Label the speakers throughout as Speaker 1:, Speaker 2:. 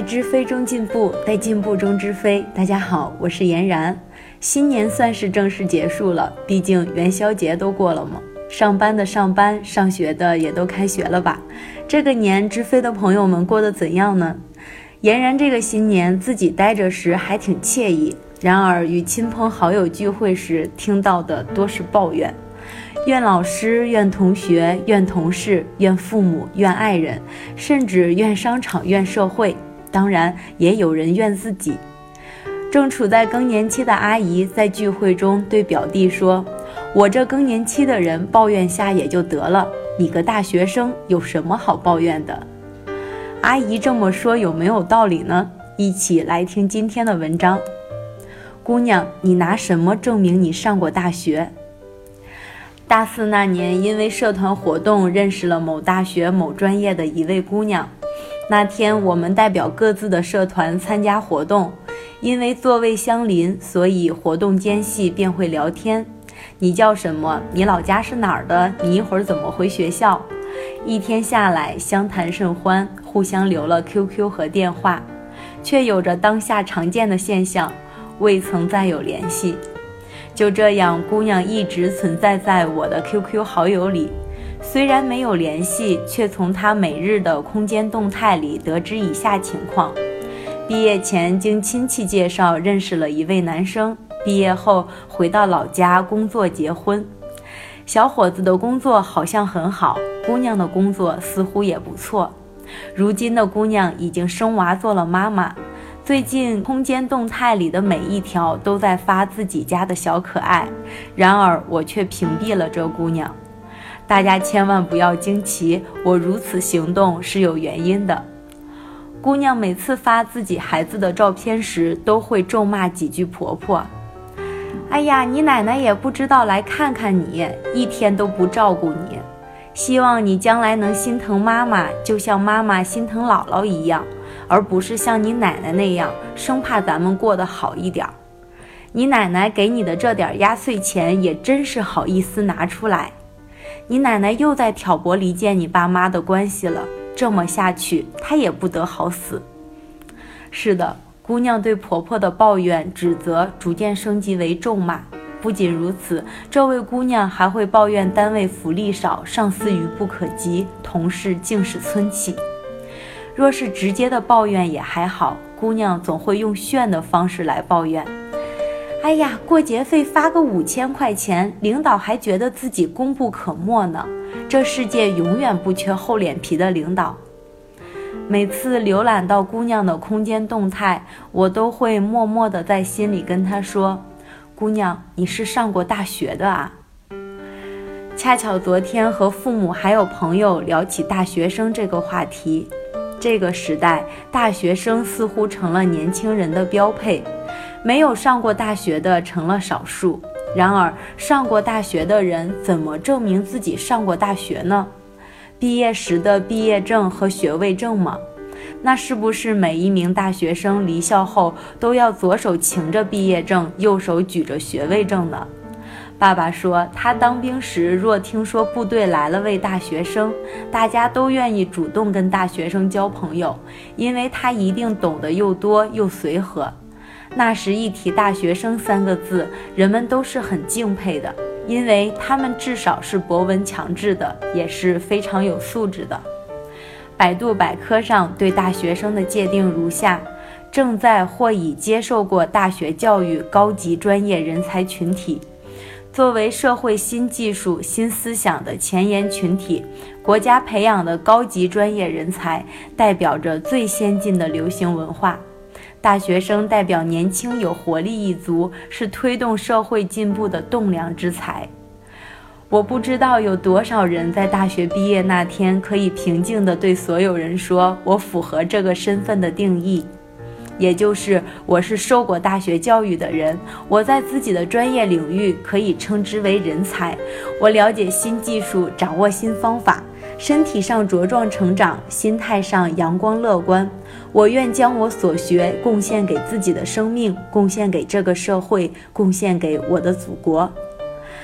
Speaker 1: 在知飞中进步，在进步中知飞。大家好，我是妍然。新年算是正式结束了，毕竟元宵节都过了嘛。上班的上班，上学的也都开学了吧？这个年知飞的朋友们过得怎样呢？妍然这个新年自己待着时还挺惬意，然而与亲朋好友聚会时听到的多是抱怨。怨老师，怨同学，怨同事，怨父母，怨爱人，甚至怨商场，怨社会，当然也有人怨自己。正处在更年期的阿姨在聚会中对表弟说，我这更年期的人抱怨下也就得了，你个大学生有什么好抱怨的？阿姨这么说有没有道理呢？一起来听今天的文章。姑娘，你拿什么证明你上过大学？大四那年，因为社团活动认识了某大学某专业的一位姑娘。那天我们代表各自的社团参加活动，因为座位相邻，所以活动间隙便会聊天。你叫什么？你老家是哪儿的？你一会儿怎么回学校？一天下来，相谈甚欢，互相留了 QQ 和电话，却有着当下常见的现象，未曾再有联系。就这样，姑娘一直存在在我的 QQ 好友里，虽然没有联系，却从她每日的空间动态里得知以下情况：毕业前经亲戚介绍认识了一位男生，毕业后回到老家工作结婚。小伙子的工作好像很好，姑娘的工作似乎也不错。如今的姑娘已经生娃做了妈妈，最近空间动态里的每一条都在发自己家的小可爱，然而我却屏蔽了这姑娘。大家千万不要惊奇，我如此行动是有原因的。姑娘每次发自己孩子的照片时，都会咒骂几句婆婆。哎呀，你奶奶也不知道来看看你，一天都不照顾你。希望你将来能心疼妈妈，就像妈妈心疼姥姥一样，而不是像你奶奶那样，生怕咱们过得好一点。你奶奶给你的这点压岁钱也真是好意思拿出来。你奶奶又在挑拨离间你爸妈的关系了，这么下去，她也不得好死。是的，姑娘对婆婆的抱怨、指责逐渐升级为咒骂。不仅如此，这位姑娘还会抱怨单位福利少，上司愚不可及，同事尽是村气。若是直接的抱怨也还好，姑娘总会用炫的方式来抱怨。哎呀，过节费发个5000块钱，领导还觉得自己功不可没呢。这世界永远不缺厚脸皮的领导。每次浏览到姑娘的空间动态，我都会默默地在心里跟她说，姑娘，你是上过大学的啊。恰巧昨天和父母还有朋友聊起大学生这个话题。这个时代，大学生似乎成了年轻人的标配，没有上过大学的成了少数。然而，上过大学的人怎么证明自己上过大学呢？毕业时的毕业证和学位证吗？那是不是每一名大学生离校后都要左手擎着毕业证，右手举着学位证呢？爸爸说，他当兵时若听说部队来了位大学生，大家都愿意主动跟大学生交朋友，因为他一定懂得又多又随和。那时一提大学生3个字，人们都是很敬佩的，因为他们至少是博闻强志的，也是非常有素质的。百度百科上对大学生的界定如下：正在或已接受过大学教育高级专业人才群体。作为社会新技术、新思想的前沿群体，国家培养的高级专业人才代表着最先进的流行文化。大学生代表年轻有活力一族，是推动社会进步的栋梁之才。我不知道有多少人在大学毕业那天可以平静地对所有人说，我符合这个身份的定义，也就是我是受过大学教育的人，我在自己的专业领域可以称之为人才，我了解新技术，掌握新方法，身体上茁壮成长，心态上阳光乐观，我愿将我所学贡献给自己的生命，贡献给这个社会，贡献给我的祖国。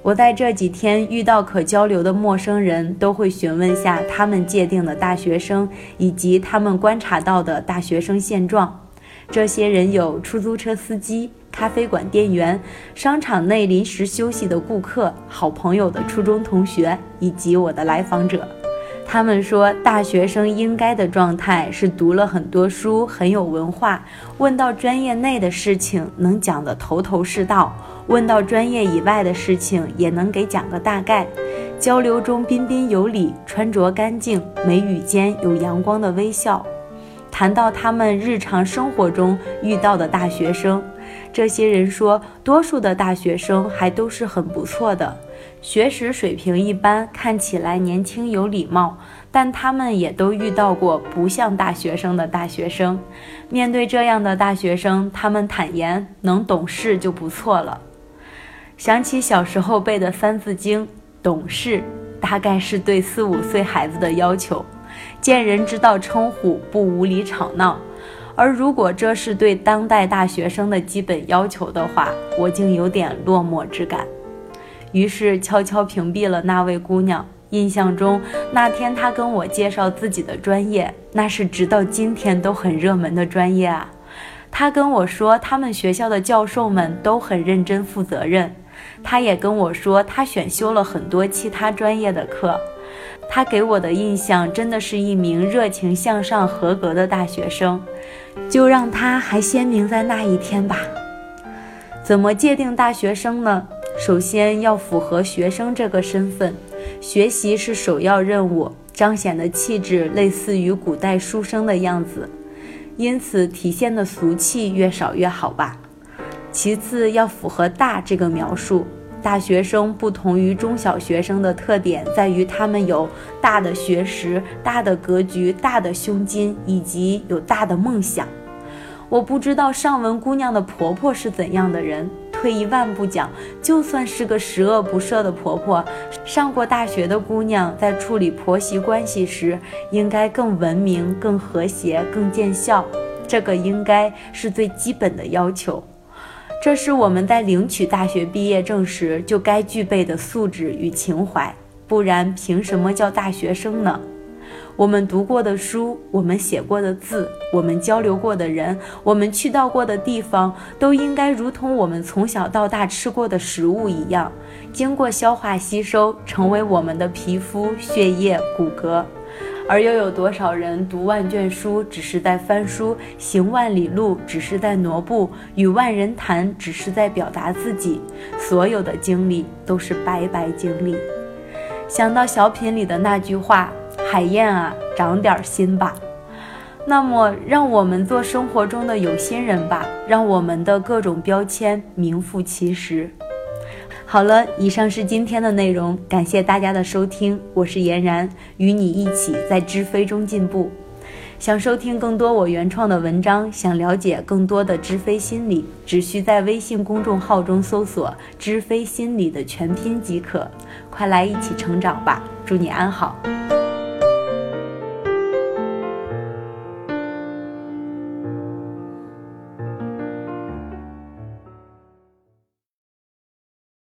Speaker 1: 我在这几天遇到可交流的陌生人，都会询问下他们界定的大学生，以及他们观察到的大学生现状。这些人有出租车司机、咖啡馆店员、商场内临时休息的顾客、好朋友的初中同学，以及我的来访者。他们说，大学生应该的状态是读了很多书，很有文化，问到专业内的事情能讲得头头是道，问到专业以外的事情也能给讲个大概，交流中彬彬有礼，穿着干净，眉宇间有阳光的微笑。谈到他们日常生活中遇到的大学生，这些人说，多数的大学生还都是很不错的，学识水平一般，看起来年轻有礼貌，但他们也都遇到过不像大学生的大学生。面对这样的大学生，他们坦言能懂事就不错了。想起小时候背的《三字经》，懂事大概是对4、5岁孩子的要求，见人之道称呼，不无理吵闹。而如果这是对当代大学生的基本要求的话，我竟有点落寞之感。于是悄悄屏蔽了那位姑娘。印象中那天她跟我介绍自己的专业，那是直到今天都很热门的专业啊。她跟我说他们学校的教授们都很认真负责任，她也跟我说她选修了很多其他专业的课。她给我的印象真的是一名热情向上合格的大学生，就让她还鲜明在那一天吧。怎么界定大学生呢？首先要符合学生这个身份，学习是首要任务，彰显的气质类似于古代书生的样子，因此体现的俗气越少越好吧。其次要符合大这个描述，大学生不同于中小学生的特点在于他们有大的学识、大的格局、大的胸襟，以及有大的梦想。我不知道上文姑娘的婆婆是怎样的人，退一万步讲，就算是个十恶不赦的婆婆，上过大学的姑娘在处理婆媳关系时应该更文明、更和谐、更见效，这个应该是最基本的要求。这是我们在领取大学毕业证时就该具备的素质与情怀，不然凭什么叫大学生呢？我们读过的书，我们写过的字，我们交流过的人，我们去到过的地方，都应该如同我们从小到大吃过的食物一样，经过消化吸收，成为我们的皮肤、血液、骨骼。而又有多少人读万卷书只是在翻书，行万里路只是在挪步，与万人谈只是在表达自己，所有的经历都是白白经历。想到小品里的那句话，海燕啊，长点心吧。那么让我们做生活中的有心人吧，让我们的各种标签名副其实。好了，以上是今天的内容，感谢大家的收听，我是嫣然，与你一起在知非中进步。想收听更多我原创的文章，想了解更多的知非心理，只需在微信公众号中搜索知非心理的全拼即可。快来一起成长吧，祝你安好。